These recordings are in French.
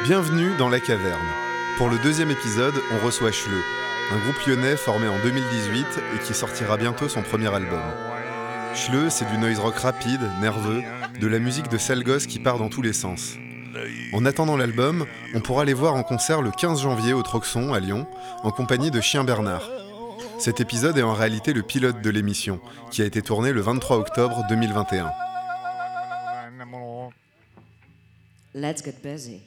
Bienvenue dans La Caverne. Pour le deuxième épisode, on reçoit Schleu, un groupe lyonnais formé en 2018 et qui sortira bientôt son premier album. Schleu, c'est du noise rock rapide, nerveux, de la musique de sale gosse qui part dans tous les sens. En attendant l'album, on pourra les voir en concert le 15 janvier au Troxon, à Lyon, en compagnie de Chien Bernard. Cet épisode est en réalité le pilote de l'émission, qui a été tourné le 23 octobre 2021. Let's get busy.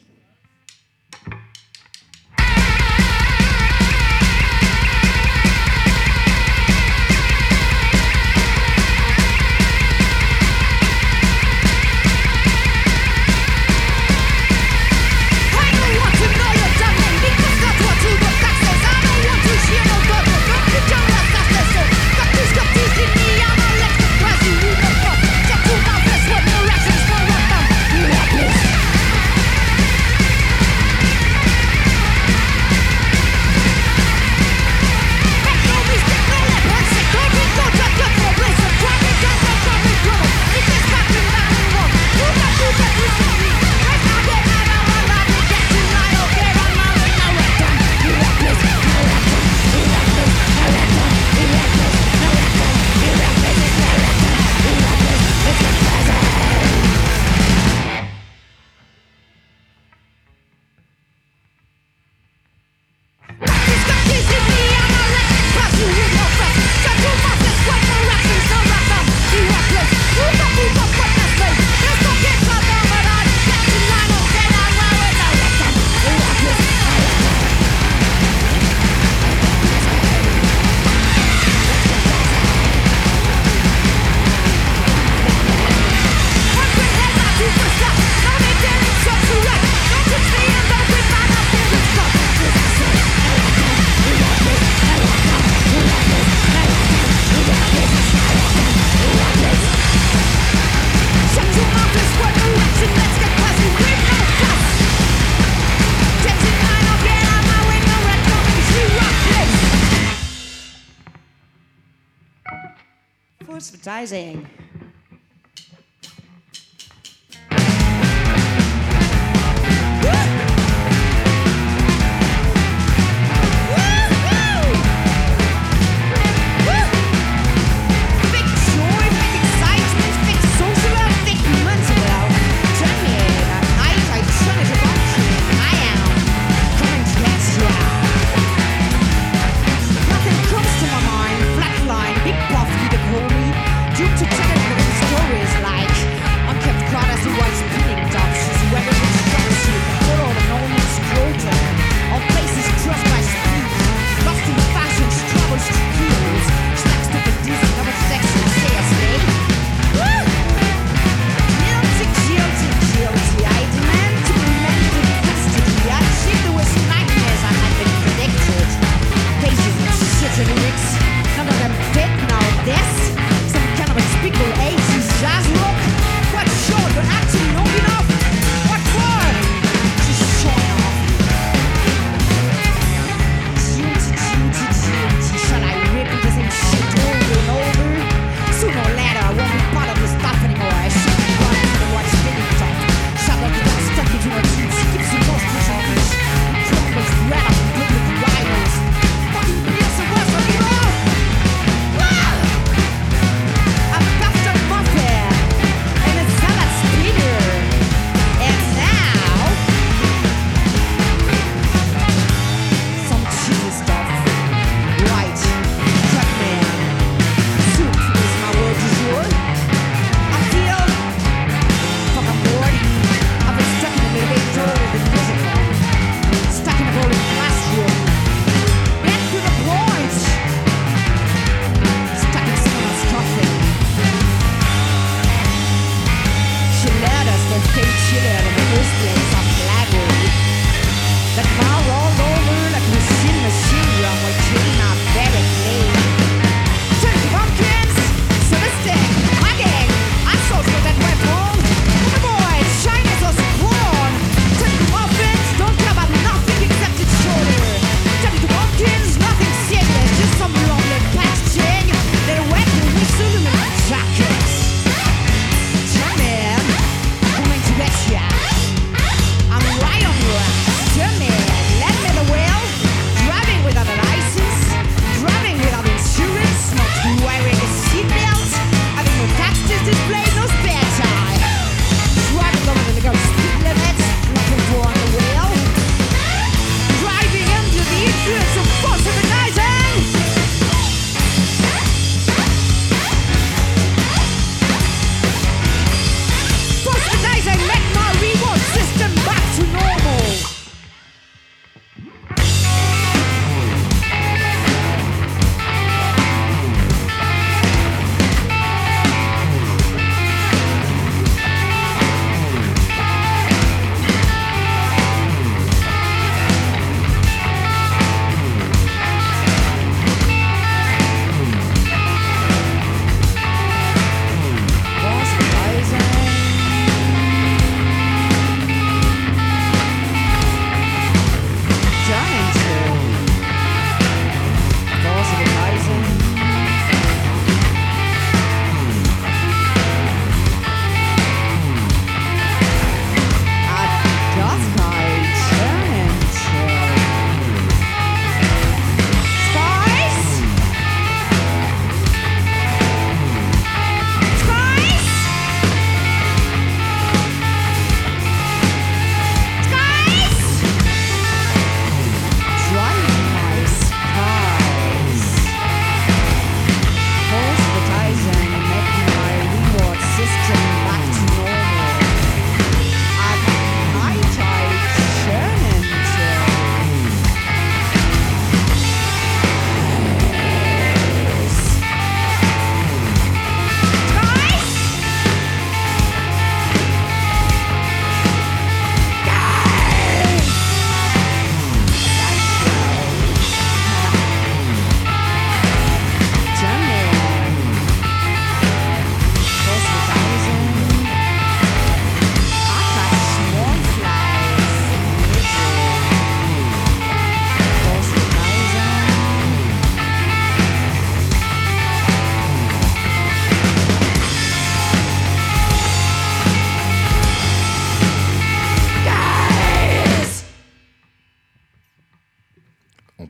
Advertising.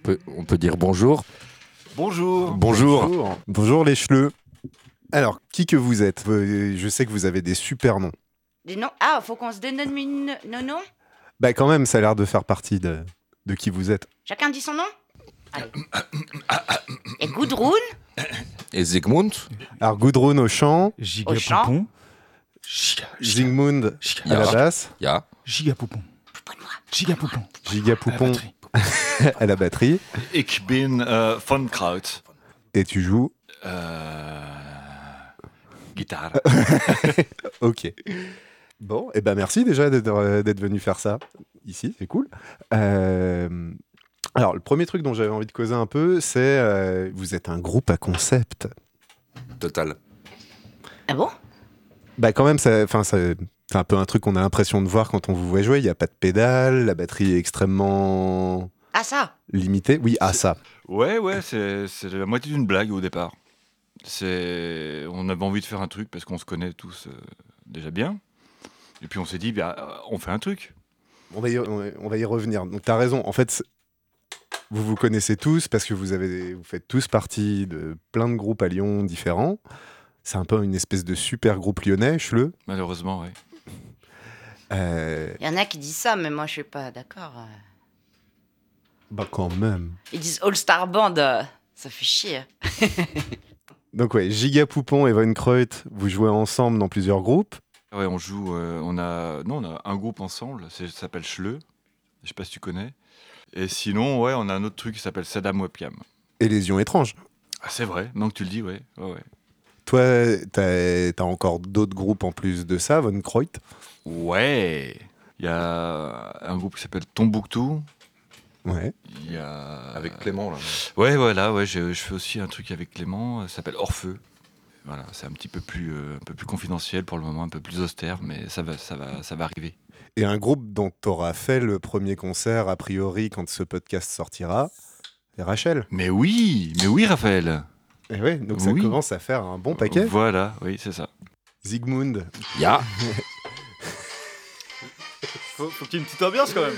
on peut dire bonjour. Bonjour. Bonjour les chleux. Alors, qui que vous êtes? Je sais que vous avez des super noms. Des noms. Ah, faut qu'on se donne nos noms. Bah quand même, ça a l'air de faire partie de qui vous êtes. Chacun dit son nom. Allez. Et Gudrun. Et Zygmunt. Alors, Gudrun au chant, Giga Au chant. Poupon. Zygmunt à la Ya. basse, Ya. Giga Poupon. Giga Poupon. Giga Poupon à la batterie, Ik ben Van Kraut. et tu joues. Gitaar. Ok. Bon, et ben merci déjà d'être venu faire ça ici, c'est cool. Alors, le premier truc dont j'avais envie de causer un peu, c'est vous êtes un groupe à concept. Total. Ah bon? Bah quand même, c'est un peu un truc qu'on a l'impression de voir quand on vous voit jouer. Il n'y a pas de pédale, la batterie est extrêmement Ah ça. limitée. Oui, ça. Ouais, c'est la moitié d'une blague au départ. On avait envie de faire un truc parce qu'on se connaît tous déjà bien. Et puis on s'est dit, on fait un truc. On va y revenir. Donc tu as raison. En fait, vous vous connaissez tous parce que vous faites tous partie de plein de groupes à Lyon différents. C'est un peu une espèce de super groupe lyonnais, Chleux. Malheureusement, oui. Il y en a qui disent ça, mais moi je suis pas d'accord. Bah quand même. Ils disent All Star Band. Ça fait chier. Donc ouais, Giga Poupon et Von Kreut, vous jouez ensemble dans plusieurs groupes. Ouais, on joue. On a un groupe ensemble. Ça s'appelle Chleux. Je sais pas si tu connais. Et sinon, ouais, on a un autre truc qui s'appelle Saddam Webcam. Et Lésions étranges. Ah, c'est vrai. Donc tu le dis, ouais. Toi, t'as encore d'autres groupes en plus de ça, Von Kreut. Ouais. Il y a un groupe qui s'appelle Tombouctou. Ouais. Il y a Avec Clément, là. Ouais, voilà, ouais, je fais aussi un truc avec Clément, ça s'appelle Orfeu. Voilà, c'est un peu plus confidentiel pour le moment, un peu plus austère, mais ça va arriver. Et un groupe dont t'auras fait le premier concert, a priori, quand ce podcast sortira, c'est Rachel. Mais oui, Raphaël. Et ouais, donc ça Oui. commence à faire un bon paquet. Voilà, oui, c'est ça. Zygmunt. Ya. Faut qu'il y ait une petite ambiance quand même.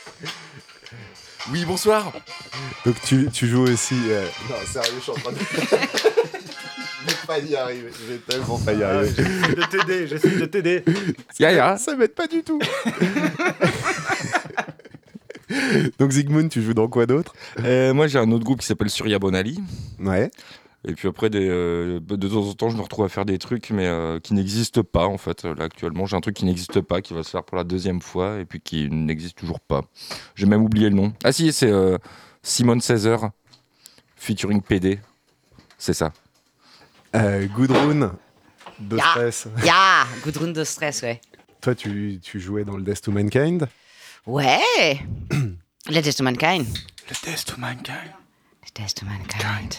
Oui, bonsoir. Donc tu joues aussi. Non, sérieux, je suis en train de. Je vais pas y arriver. Je vais tellement pas y arriver. J'essaie de t'aider. Ya. Ça m'aide pas du tout. Donc Zygmunt, tu joues dans quoi d'autre? Moi, j'ai un autre groupe qui s'appelle Surya Bonali. Ouais. Et puis après, de temps en temps, je me retrouve à faire des trucs, mais qui n'existent pas, en fait. Là, actuellement, j'ai un truc qui n'existe pas, qui va se faire pour la deuxième fois, et puis qui n'existe toujours pas. J'ai même oublié le nom. Ah si, c'est Simone Césaire, featuring PD. C'est ça. Gudrun de Ya. Stress. Ya, Gudrun de Stress, ouais. Toi, tu jouais dans le Death to Mankind. Ouais. Le Test of Mankind. Le test of mankind. Le Test of Mankind.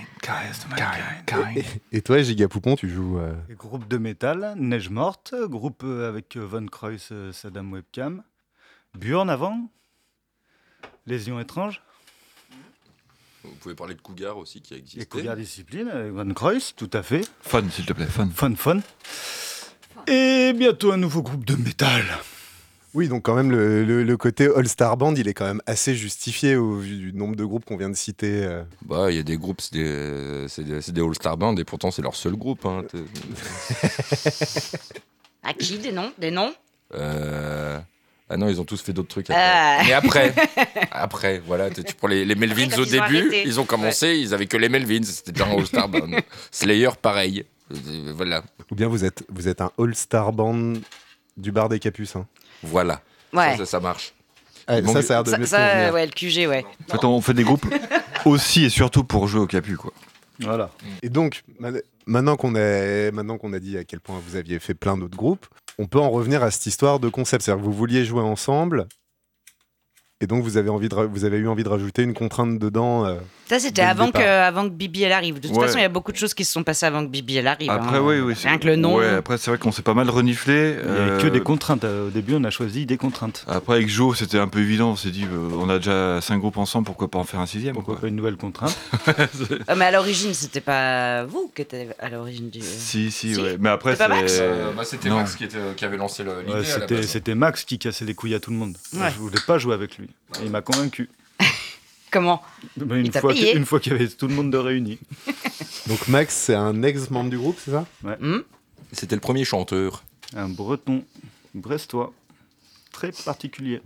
Et toi, Giga Poupon, tu joues. Groupe de métal, Neige Morte, groupe avec Von Kreuz, Saddam Webcam, Burn avant, Lésions étranges, Vous pouvez parler de Cougar aussi, qui a existé. et Cougar Discipline, avec Von Kreuz, tout à fait, Fun, s'il te plaît, fun. Fun. Et bientôt un nouveau groupe de métal. Oui, donc quand même, le côté All-Star Band, il est quand même assez justifié au vu du nombre de groupes qu'on vient de citer. Bah, il y a des groupes, c'est des All-Star Band, et pourtant, c'est leur seul groupe. Hein. À qui des noms? Des noms? Ah non, ils ont tous fait d'autres trucs après. Mais après, voilà, tu prends les Melvins Après, au quand ils ont début, arrêté. ils ont commencé, ils avaient que les Melvins, c'était déjà un All-Star Band. Slayer, pareil. Voilà. Ou bien vous êtes un All-Star Band du bar des Capucins. Voilà. Ouais. Ça marche. Ah, manque- ça a l'air de mieux te Ça, convenir. ouais, le QG, ouais. En fait, on fait des groupes aussi et surtout pour jouer au Capu, quoi. Voilà. Et donc, maintenant qu'on a dit à quel point vous aviez fait plein d'autres groupes, on peut en revenir à cette histoire de concept. C'est-à-dire que vous vouliez jouer ensemble, et donc vous avez eu envie de rajouter une contrainte dedans. Ça, c'était Dès le avant départ. que Bibi elle arrive. De toute Ouais. façon, il y a beaucoup de choses qui se sont passées avant que Bibi elle arrive. Après, hein. oui. Rien que le nom. Ouais, après, c'est vrai qu'on s'est pas mal reniflé. Il n'y avait que des contraintes. Au début, on a choisi des contraintes. Après, avec Joe, c'était un peu évident. On s'est dit, on a déjà 5 groupes ensemble, pourquoi pas en faire un 6e, Pourquoi quoi. pas une nouvelle contrainte? Mais à l'origine, c'était pas vous qui étiez à l'origine du. Si, Si. ouais. Mais après, C'est pas Max C'était Non. Max qui avait lancé l'idée. Ouais, à la base. c'était Max qui cassait les couilles à tout le monde. Ouais. Je voulais pas jouer avec lui. Et il m'a convaincu. Comment? Une t'a fois payé. une fois qu'il y avait tout le monde de réuni. Donc Max, c'est un ex-membre du groupe, c'est ça? C'était le premier chanteur. Un breton brestois très particulier.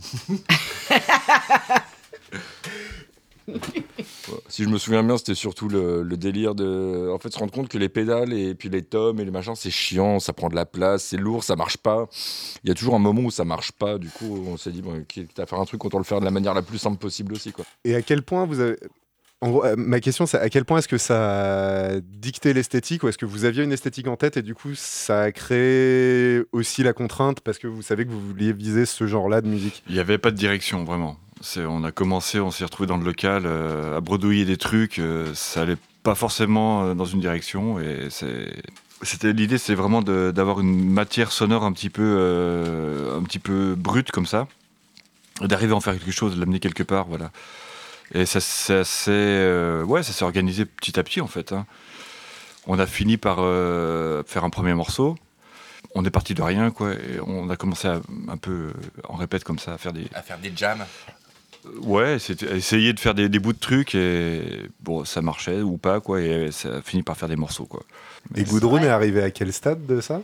Si je me souviens bien, c'était surtout le délire de se rendre compte que les pédales et puis les tomes et les machins, c'est chiant, ça prend de la place, c'est lourd, ça marche pas. Il y a toujours un moment où ça marche pas. Du coup, on s'est dit, quitte à faire un truc, autant le faire de la manière la plus simple possible aussi, quoi. Et à quel point vous avez... En gros, ma question, c'est à quel point est-ce que ça a dicté l'esthétique ou est-ce que vous aviez une esthétique en tête et du coup, ça a créé aussi la contrainte parce que vous savez que vous vouliez viser ce genre-là de musique? Il n'y avait pas de direction, vraiment. On a commencé, on s'est retrouvé dans le local à bredouiller des trucs. Ça allait pas forcément dans une direction. Et l'idée, c'est vraiment d'avoir une matière sonore un petit peu brute comme ça, d'arriver à en faire quelque chose, de l'amener quelque part, voilà. Et ça s'est organisé petit à petit en fait. Hein. On a fini par faire un premier morceau. On est parti de rien, quoi. Et on a commencé un peu en répète comme ça à faire des jams. Ouais, c'était essayer de faire des bouts de trucs et bon, ça marchait ou pas, quoi. Et ça a fini par faire des morceaux, quoi. Et Gudrun est arrivé à quel stade de ça?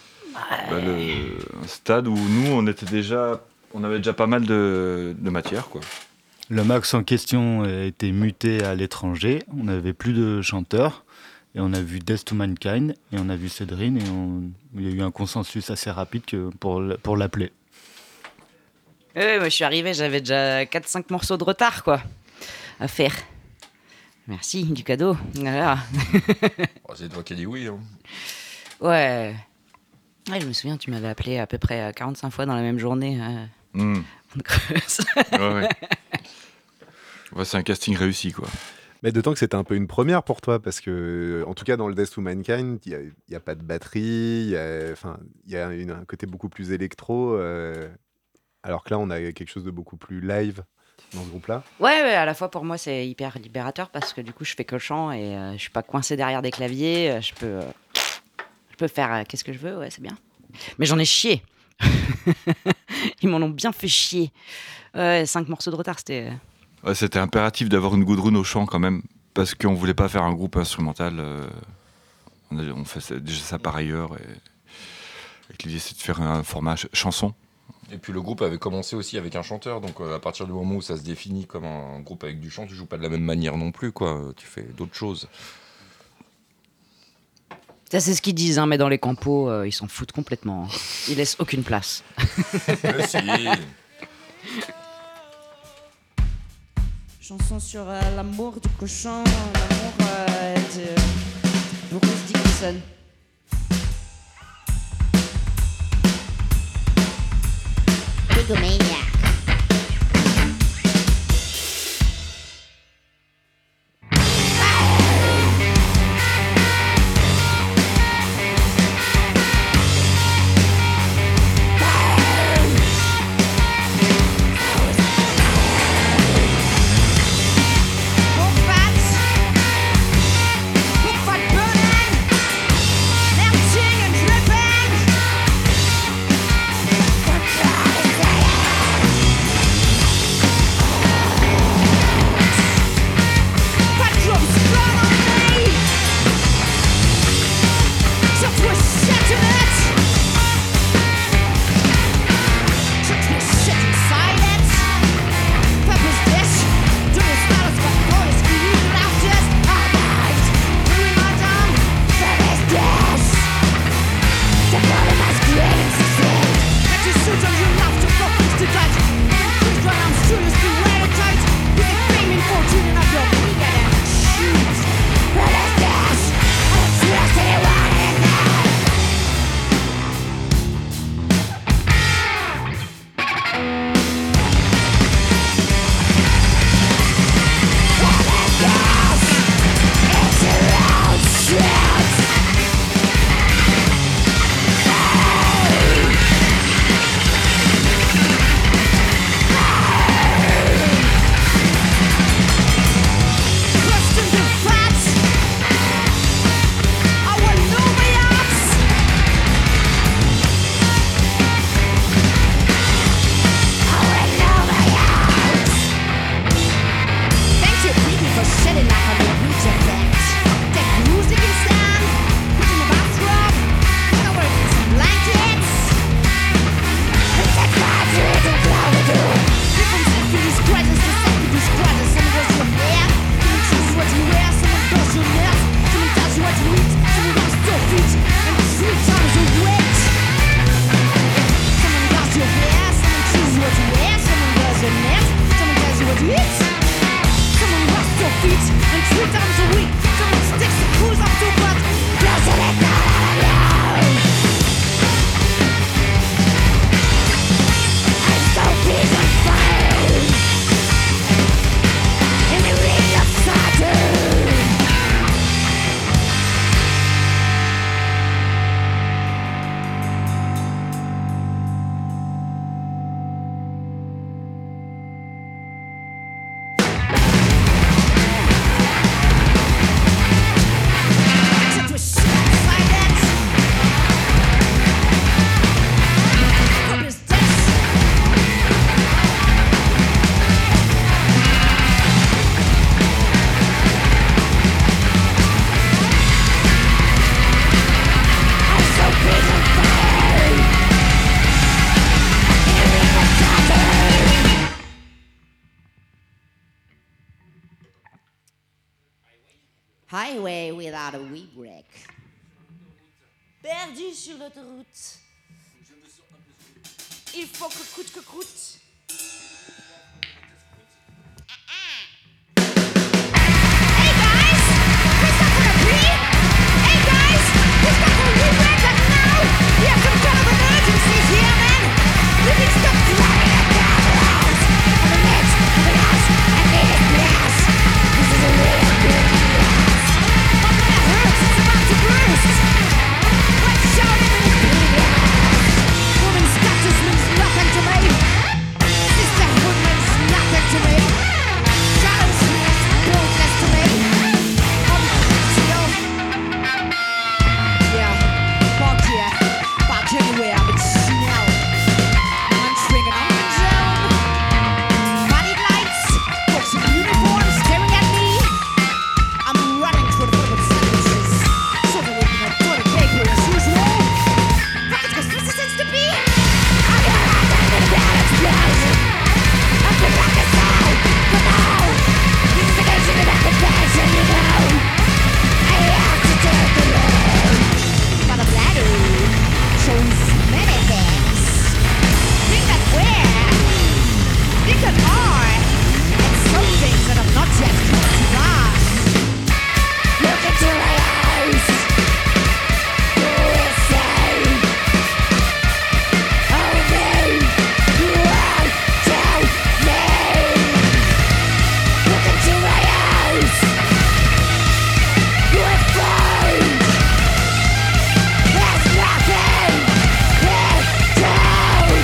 Un stade où nous, on avait déjà pas mal de matière, quoi. Le Max en question a été muté à l'étranger. On n'avait plus de chanteurs. Et on a vu Death to Mankind. Et on a vu Cédrine. Et il y a eu un consensus assez rapide pour l'appeler. Moi, je suis arrivée, j'avais déjà 4-5 morceaux de retard, quoi, à faire. Merci, du cadeau. Voilà. C'est toi qui as dit oui. Hein. Ouais, je me souviens, tu m'avais appelé à peu près 45 fois dans la même journée. Ouais. Ouais, c'est un casting réussi, quoi. Mais d'autant que c'était un peu une première pour toi, parce que, en tout cas, dans le Death to Mankind, il n'y a pas de batterie, il y a un côté beaucoup plus électro, alors que là, on a quelque chose de beaucoup plus live dans ce groupe-là. Ouais, à la fois pour moi, c'est hyper libérateur, parce que du coup, je fais que le chant et je suis pas coincée derrière des claviers, je peux faire qu'est-ce que je veux, ouais, c'est bien. Mais j'en ai chié. Ils m'en ont bien fait chier. 5 morceaux de retard, c'était... Ouais, c'était impératif d'avoir une Gudrun au chant quand même, parce qu'on voulait pas faire un groupe instrumental. On fait déjà ça par ailleurs. Et l'idée, c'est de faire un format chanson. Et puis le groupe avait commencé aussi avec un chanteur, donc à partir du moment où ça se définit comme un groupe avec du chant, tu joues pas de la même manière non plus, quoi. Tu fais d'autres choses. Ça, c'est ce qu'ils disent, hein, mais dans les campos, ils s'en foutent complètement. Hein. Ils laissent aucune place. Si. Chanson sur l'amour du cochon, l'amour de Bruce Dickinson. Egomaniac. Highway without a wee break. Perdu sur l'autoroute. Il faut que coûte. Hey guys, we stop for a pee. Hey guys, we stop for a wee break like now. We have some kind of emergency here, man. You can stop driving it down the house. On the edge of the house, I need it glass. This is a real good glass. My bladder hurts, it's about to burst. Let's shout him in his bleeding. Woman's status means nothing to me. Sisterhood means nothing to me. Challenge means business to me. Parked here, parked anywhere, but smell. I'm swinging up and down. Funny lights, folks in uniform staring at me. I'm running through the public sentences, sort of looking at toilet paper as usual. Pockets got twisted sense to be. I'm gonna have to get down and explode. I'm the black as hell. Come on, investigation about the passion, you know. I have to take the road. But the bladder shows many things. Think that where, think that are, and some things that have not yet come to pass. Look into my eyes. Who will say? Only you won't tell me. Look into my eyes. You're afraid. There's nothing here to hide.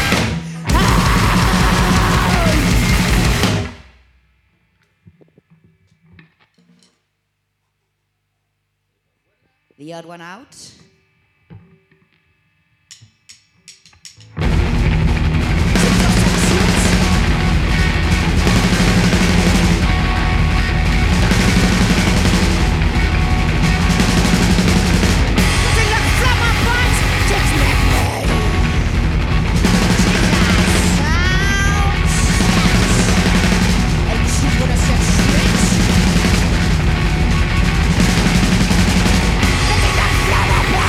The odd one out. Let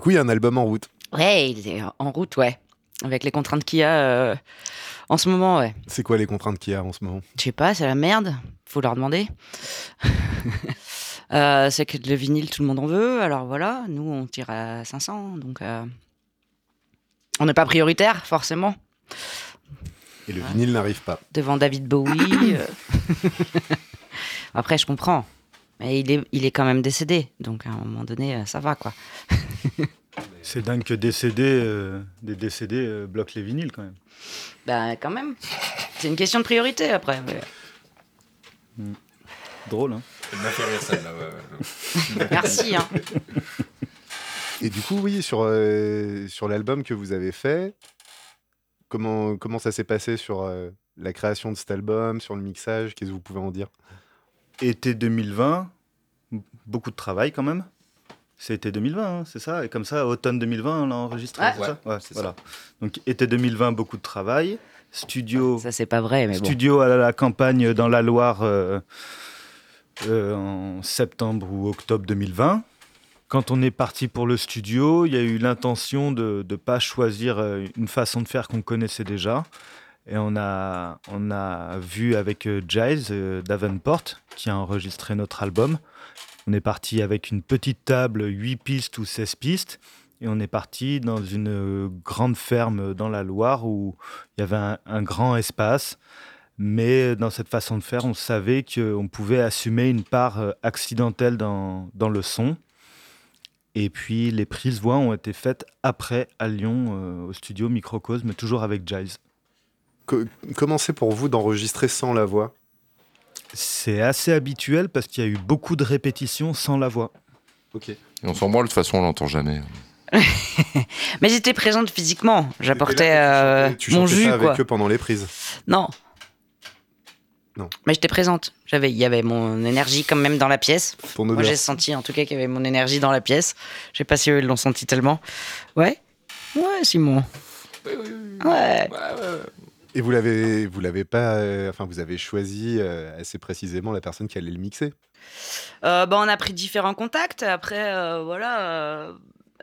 coup, il y a un album en route. Ouais, il est en route, ouais. Avec les contraintes qu'il y a en ce moment, ouais. C'est quoi les contraintes qu'il y a en ce moment? Je sais pas, c'est la merde. Faut leur demander. C'est que le vinyle, tout le monde en veut. Alors voilà, nous, on tire à 500. Donc, on n'est pas prioritaire, forcément. Et le vinyle n'arrive pas. Devant David Bowie. Après, je comprends. Mais il est quand même décédé. Donc, à un moment donné, ça va, quoi. C'est dingue que des décédés bloquent les vinyles quand même. Bah, quand même. C'est une question de priorité, après. Mais... Drôle, hein. Elle m'a fait rire celle-là, ouais. Merci, hein. Et du coup, oui, sur l'album que vous avez fait, comment ça s'est passé sur la création de cet album, sur le mixage? Qu'est-ce que vous pouvez en dire? Été 2020, beaucoup de travail quand même. C'est été 2020, hein, c'est ça? Et comme ça, automne 2020, on l'a enregistré, Ouais. c'est ça? Ouais, c'est voilà. Donc, été 2020, beaucoup de travail. Studio, Ça, c'est pas vrai, mais bon. studio à la campagne dans la Loire en septembre ou octobre 2020. Quand on est parti pour le studio, il y a eu l'intention de ne pas choisir une façon de faire qu'on connaissait déjà. Et on a vu avec Giles Davenport, qui a enregistré notre album. On est parti avec une petite table, 8 pistes ou 16 pistes. Et on est parti dans une grande ferme dans la Loire où il y avait un grand espace. Mais dans cette façon de faire, on savait qu'on pouvait assumer une part accidentelle dans le son. Et puis les prises voix ont été faites après à Lyon, au studio Microcosme, toujours avec Giles. Comment c'est pour vous d'enregistrer sans la voix? C'est assez habituel parce qu'il y a eu beaucoup de répétitions sans la voix. Ok. Et on s'en branle, de toute façon, on l'entend jamais. Mais j'étais présente physiquement. J'apportais Tu mon chantais jus, ça avec quoi. eux pendant les prises? Non. Non. Mais j'étais présente. Il y avait mon énergie quand même dans la pièce. Ton Moi, odeur. j'ai senti en tout cas qu'il y avait mon énergie dans la pièce. Je sais pas si eux ils l'ont senti tellement. Ouais. Ouais, Simon. Ouais. Et vous l'avez pas, enfin vous avez choisi assez précisément la personne qui allait le mixer. On a pris différents contacts. Après, voilà.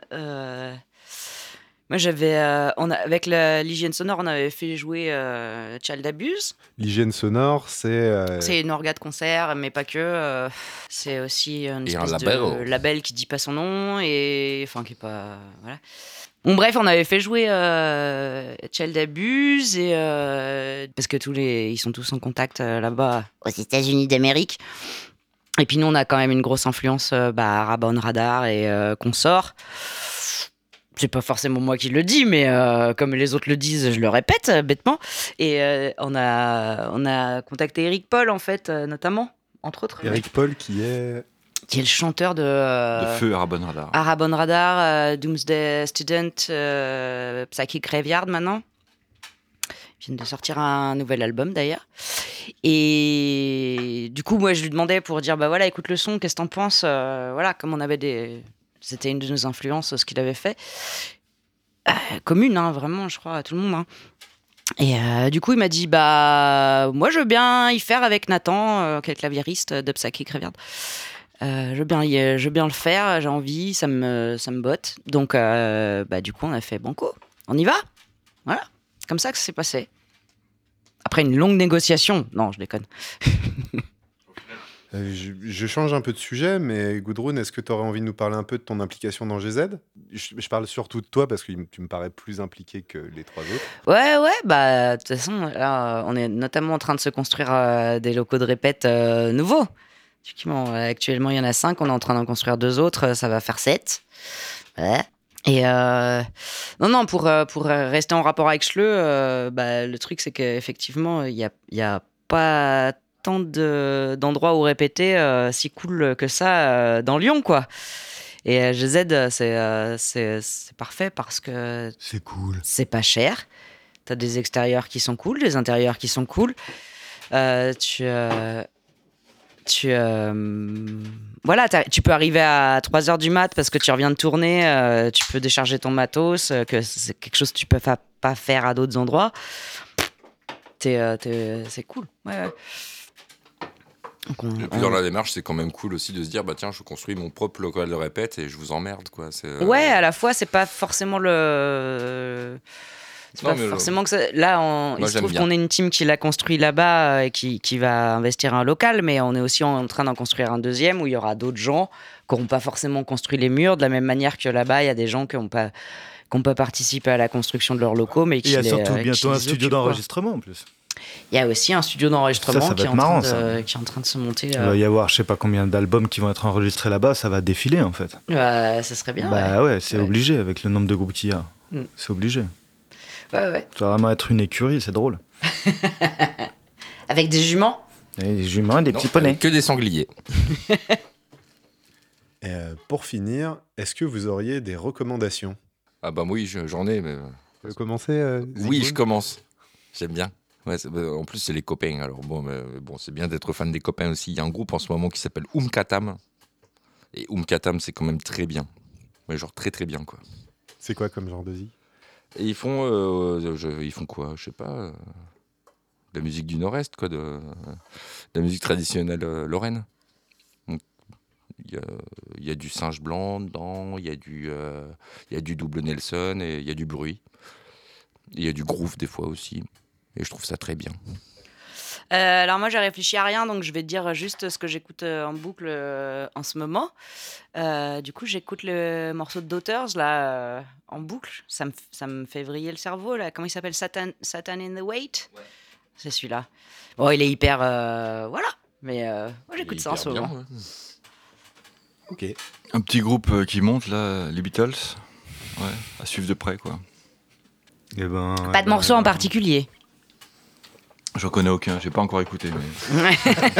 Moi, avec l'hygiène sonore, on avait fait jouer Child Abuse. L'hygiène sonore, c'est C'est une orga de concert, mais pas que. C'est aussi une Et un espèce label. de label qui dit pas son nom et enfin qui est pas voilà. Bon bref, on avait fait jouer Child Abuse et parce que ils sont tous en contact là-bas aux États-Unis d'Amérique. Et puis nous, on a quand même une grosse influence Rabon Radar et consorts. C'est pas forcément moi qui le dis, mais comme les autres le disent, je le répète bêtement. Et on a contacté Eric Paul, en fait, notamment, entre autres. Eric Paul qui est Qui est le chanteur de Feu Arabon Radar. Arabon Radar, Doomsday Student, Psychic Graveyard maintenant. Ils viennent de sortir un nouvel album d'ailleurs. Et du coup, moi, je lui demandais pour dire, voilà, écoute le son, qu'est-ce que t'en penses? Voilà, comme on avait C'était une de nos influences, ce qu'il avait fait. Commune, hein, vraiment, je crois, à tout le monde. Hein. Et du coup, il m'a dit, moi, je veux bien y faire avec Nathan, qui est le claviériste de Psychic Graveyard. Je veux bien le faire, j'ai envie, ça me botte. Donc, du coup, on a fait banco. On y va? Voilà. C'est comme ça que ça s'est passé. Après une longue négociation. Non, je déconne. je change un peu de sujet, mais Gudrun, est-ce que tu aurais envie de nous parler un peu de ton implication dans GZ? Je parle surtout de toi parce que tu me parais plus impliqué que les trois autres. Ouais, de toute façon, là, on est notamment en train de se construire des locaux de répète nouveaux. Effectivement, actuellement, il y en a 5, on est en train d'en construire 2 autres, ça va faire 7. Ouais. Et non, pour rester en rapport avec Schleu, le truc, c'est qu'effectivement, il y a pas tant d'endroits où répéter si cool que ça dans Lyon, quoi. Et GZ, c'est parfait parce que C'est cool. c'est pas cher. T'as des extérieurs qui sont cool, des intérieurs qui sont cool. Tu peux arriver à 3h du mat parce que tu reviens de tourner, tu peux décharger ton matos, que c'est quelque chose que tu peux pas faire à d'autres endroits. C'est cool. Ouais. Donc Et puis dans la démarche, c'est quand même cool aussi de se dire, bah tiens, je construis mon propre local de répète et je vous emmerde, quoi. Ouais, à la fois, c'est pas forcément le. C'est Non, pas mais forcément que ça. Là, il se j'aime trouve bien. qu'on est une team qui l'a construit là-bas et qui va investir un local, mais on est aussi en train d'en construire un deuxième où il y aura d'autres gens qui n'auront pas forcément construit les murs, de la même manière que là-bas, il y a des gens qui n'ont pas participé à la construction de leurs locaux, mais Et qui il y a les, surtout qui bientôt un les studio occupent, quoi. d'enregistrement en plus. Il y a aussi un studio d'enregistrement Ça va qui, est être en marrant, qui est en train de se monter. Il va y avoir je sais pas combien d'albums qui vont être enregistrés là-bas, ça va défiler en fait. Ça serait bien. Bah ouais, c'est Ouais. obligé avec le nombre de groupes qu'il y a. Mm. C'est obligé. Ouais. Ça va vraiment être une écurie, c'est drôle. Avec des juments. Et des juments, des Non, petits poneys. avec que des sangliers. Et, pour finir, est-ce que vous auriez des recommandations? Ah bah oui, j'en ai, mais... Tu veux commencer Oui, Zygmunt je commence. J'aime bien. Ouais, en plus, c'est les copains. Alors bon, c'est bien d'être fan des copains aussi. Il y a un groupe en ce moment qui s'appelle Katam. Et Katam, c'est quand même très bien. Mais genre très très bien, quoi. C'est quoi comme genre de zik? Et ils font quoi? Je sais pas. De la musique du Nord-Est, quoi. De la musique traditionnelle lorraine. Donc, il y a du singe blanc dedans, il y a du double Nelson et il y a du bruit. Il y a du groove des fois aussi. Et je trouve ça très bien. Alors moi j'ai réfléchi à rien, donc je vais te dire juste ce que j'écoute en boucle en ce moment. Du coup j'écoute le morceau de Daughters là en boucle, ça me fait vriller le cerveau là. Comment il s'appelle? Satan in the Wait. Ouais. C'est celui-là. Bon il est hyper voilà, mais moi j'écoute ça en ce moment. Ouais. Ok. Un petit groupe qui monte là, les Beatles. Ouais, à suivre de près quoi. Et ben, Pas de morceau en particulier. J'en connais aucun, j'ai pas encore écouté. Mais...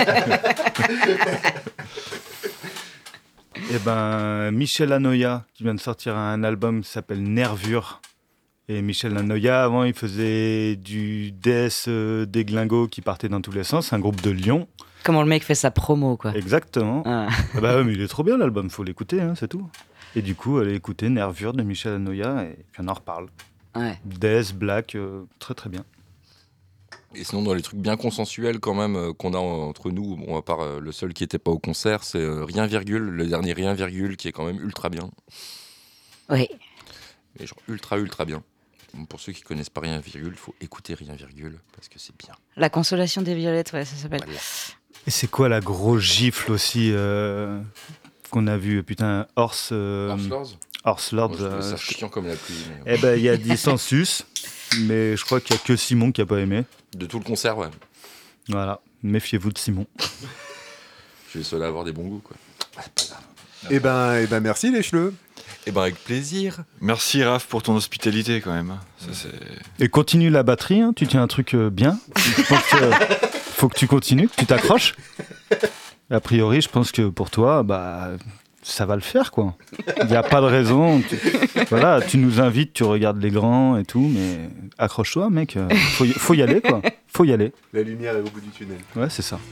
Et ben, Michel Lanoya qui vient de sortir un album qui s'appelle Nervure. Et Michel Lanoya, avant, il faisait du death déglingo qui partait dans tous les sens. Un groupe de Lyon. Comment le mec fait sa promo quoi. Exactement. Ah. Ah bah ouais, mais il est trop bien l'album, faut l'écouter, hein, c'est tout. Et du coup, allez écouter Nervure de Michel Lanoya et puis on en reparle. Ouais. Death, black, très très bien. Et sinon, dans les trucs bien consensuels quand même qu'on a entre nous, bon, à part le seul qui était pas au concert, c'est Rien Virgule, le dernier Rien Virgule qui est quand même ultra bien. Oui. Et genre ultra bien. Bon, pour ceux qui connaissent pas Rien Virgule, faut écouter Rien Virgule parce que c'est bien. La consolation des violettes, ouais, ça s'appelle. Voilà. Et c'est quoi la grosse gifle aussi qu'on a vu? Putain, Horse Lords. Moi, je trouvais ça chiant comme la pluie. Mais... Eh ben, il y a dissensus, mais je crois qu'il n'y a que Simon qui n'a pas aimé. De tout le concert, ouais. Voilà, méfiez-vous de Simon. Je suis le seul à avoir des bons goûts, quoi. Eh ben, merci les chleux. Et ben avec plaisir. Merci Raph pour ton hospitalité quand même. Ça, c'est... Et continue la batterie, hein, tu tiens un truc bien. Je pense que faut que tu continues, que tu t'accroches. A priori, je pense que pour toi, bah, ça va le faire, quoi. Il n'y a pas de raison. Voilà, tu nous invites, tu regardes les grands et tout, mais accroche-toi, mec. Faut y aller, quoi. Faut y aller. La lumière est au bout du tunnel. Ouais, c'est ça.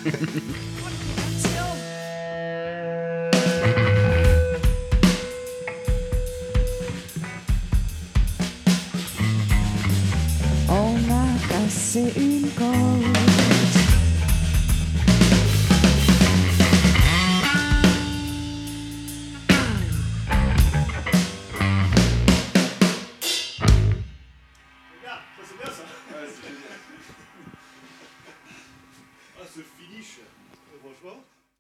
On a cassé une côte. Ce finish, franchement.